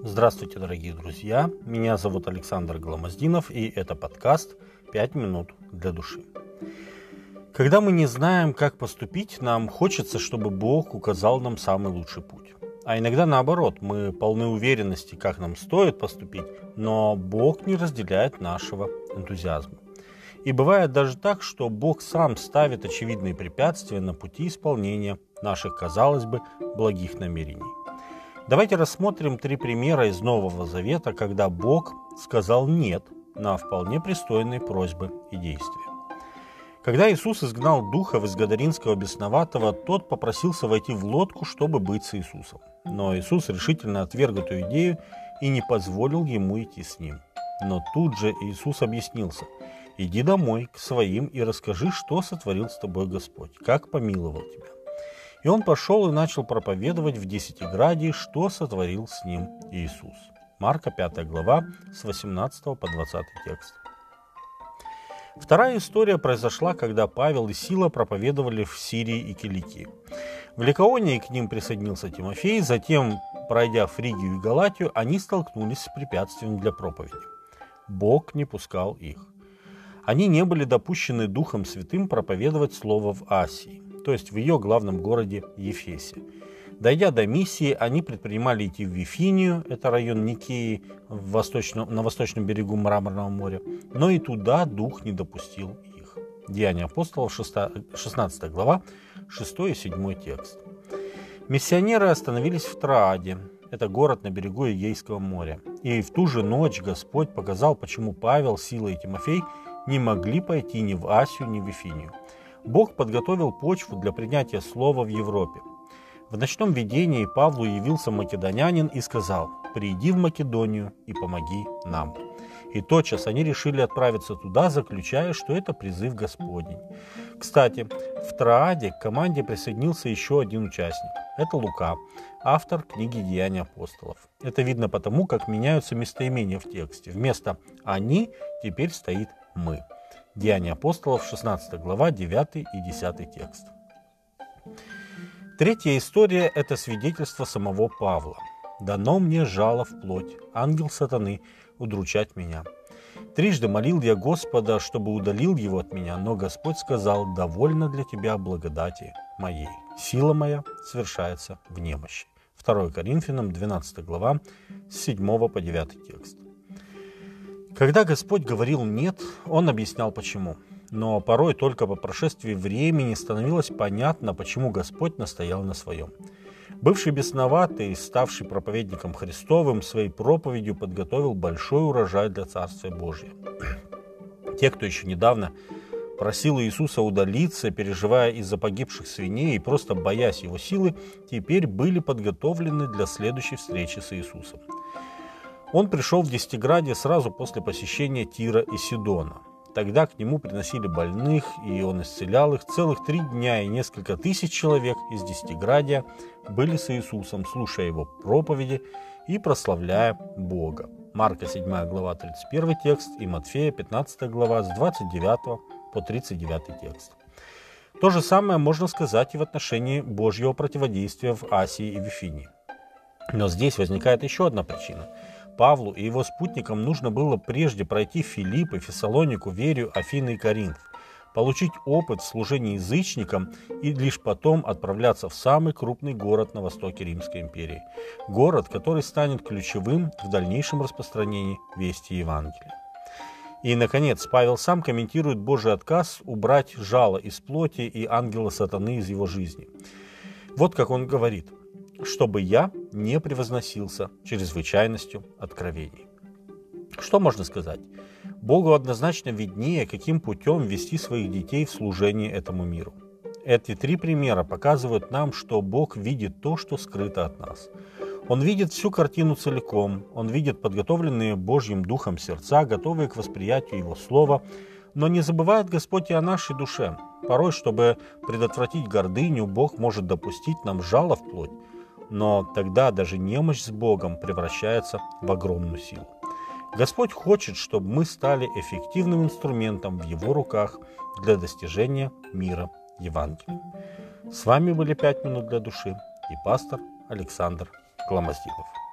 Здравствуйте, дорогие друзья! Меня зовут Александр Гломоздинов, и это подкаст «5 минут для души». Когда мы не знаем, как поступить, нам хочется, чтобы Бог указал нам самый лучший путь. А иногда наоборот, мы полны уверенности, как нам стоит поступить, но Бог не разделяет нашего энтузиазма. И бывает даже так, что Бог сам ставит очевидные препятствия на пути исполнения наших, казалось бы, благих намерений. Давайте рассмотрим 3 примера из Нового Завета, когда Бог сказал «нет» на вполне пристойные просьбы и действия. Когда Иисус изгнал духов из Гадаринского бесноватого, тот попросился войти в лодку, чтобы быть с Иисусом. Но Иисус решительно отверг эту идею и не позволил ему идти с ним. Но тут же Иисус объяснился: «Иди домой к своим и расскажи, что сотворил с тобой Господь, как помиловал тебя». И он пошел и начал проповедовать в Десятиградии, что сотворил с ним Иисус. Марка 5 глава с 18 по 20 текст. Вторая история произошла, когда Павел и Сила проповедовали в Сирии и Киликии. В Ликаонии к ним присоединился Тимофей, затем, пройдя Фригию и Галатию, они столкнулись с препятствием для проповеди. Бог не пускал их. Они не были допущены Духом Святым проповедовать слово в Асии, то есть в ее главном городе Ефесе. Дойдя до Миссии, они предпринимали идти в Вифинию, это район Никеи, на восточном берегу Мраморного моря, но и туда Дух не допустил их. Деяния апостолов, 16 глава, 6 и 7 текст. Миссионеры остановились в Трааде, это город на берегу Эгейского моря. И в ту же ночь Господь показал, почему Павел, Сила и Тимофей не могли пойти ни в Асию, ни в Вифинию. Бог подготовил почву для принятия слова в Европе. В ночном видении Павлу явился македонянин и сказал: «Приди в Македонию и помоги нам». И тотчас они решили отправиться туда, заключая, что это призыв Господень. Кстати, в Трааде к команде присоединился еще один участник. Это Лука, автор книги «Деяния апостолов». Это видно потому, как меняются местоимения в тексте. Вместо «они» теперь стоит «мы». Деяния апостолов, 16 глава, 9 и 10 текст. Третья история – это свидетельство самого Павла. «Дано мне жало в плоть, ангел сатаны, удручать меня. Трижды молил я Господа, чтобы удалил его от меня, но Господь сказал: довольно для тебя благодати моей. Сила моя совершается в немощи». 2 Коринфянам, 12 глава, с 7 по 9 текст. Когда Господь говорил «нет», Он объяснял почему. Но порой только по прошествии времени становилось понятно, почему Господь настоял на своем. Бывший бесноватый, ставший проповедником Христовым, своей проповедью подготовил большой урожай для Царствия Божия. Те, кто еще недавно просил Иисуса удалиться, переживая из-за погибших свиней и просто боясь Его силы, теперь были подготовлены для следующей встречи с Иисусом. Он пришел в Десятиградие сразу после посещения Тира и Сидона. Тогда к нему приносили больных, и он исцелял их. Целых 3 дня, и несколько тысяч человек из Десятиградия были с Иисусом, слушая его проповеди и прославляя Бога. Марка 7 глава 31 текст и Матфея 15 глава с 29 по 39 текст. То же самое можно сказать и в отношении Божьего противодействия в Асии и Вифинии. Но здесь возникает еще одна причина. Павлу и его спутникам нужно было прежде пройти Филиппы, Фессалонику, Верию, Афины и Коринф, получить опыт в служении язычникам и лишь потом отправляться в самый крупный город на востоке Римской империи. Город, который станет ключевым в дальнейшем распространении вести Евангелия. И, наконец, Павел сам комментирует Божий отказ убрать жало из плоти и ангела сатаны из его жизни. Вот как он говорит: «Чтобы я не превозносился чрезвычайностью откровений». Что можно сказать? Богу однозначно виднее, каким путем вести своих детей в служении этому миру. Эти 3 примера показывают нам, что Бог видит то, что скрыто от нас. Он видит всю картину целиком, Он видит подготовленные Божьим Духом сердца, готовые к восприятию Его Слова, но не забывает Господь и о нашей душе. Порой, чтобы предотвратить гордыню, Бог может допустить нам жало в плоть, но тогда даже немощь с Богом превращается в огромную силу. Господь хочет, чтобы мы стали эффективным инструментом в Его руках для достижения мира Евангелия. С вами были 5 минут для души и пастор Александр Гломоздинов.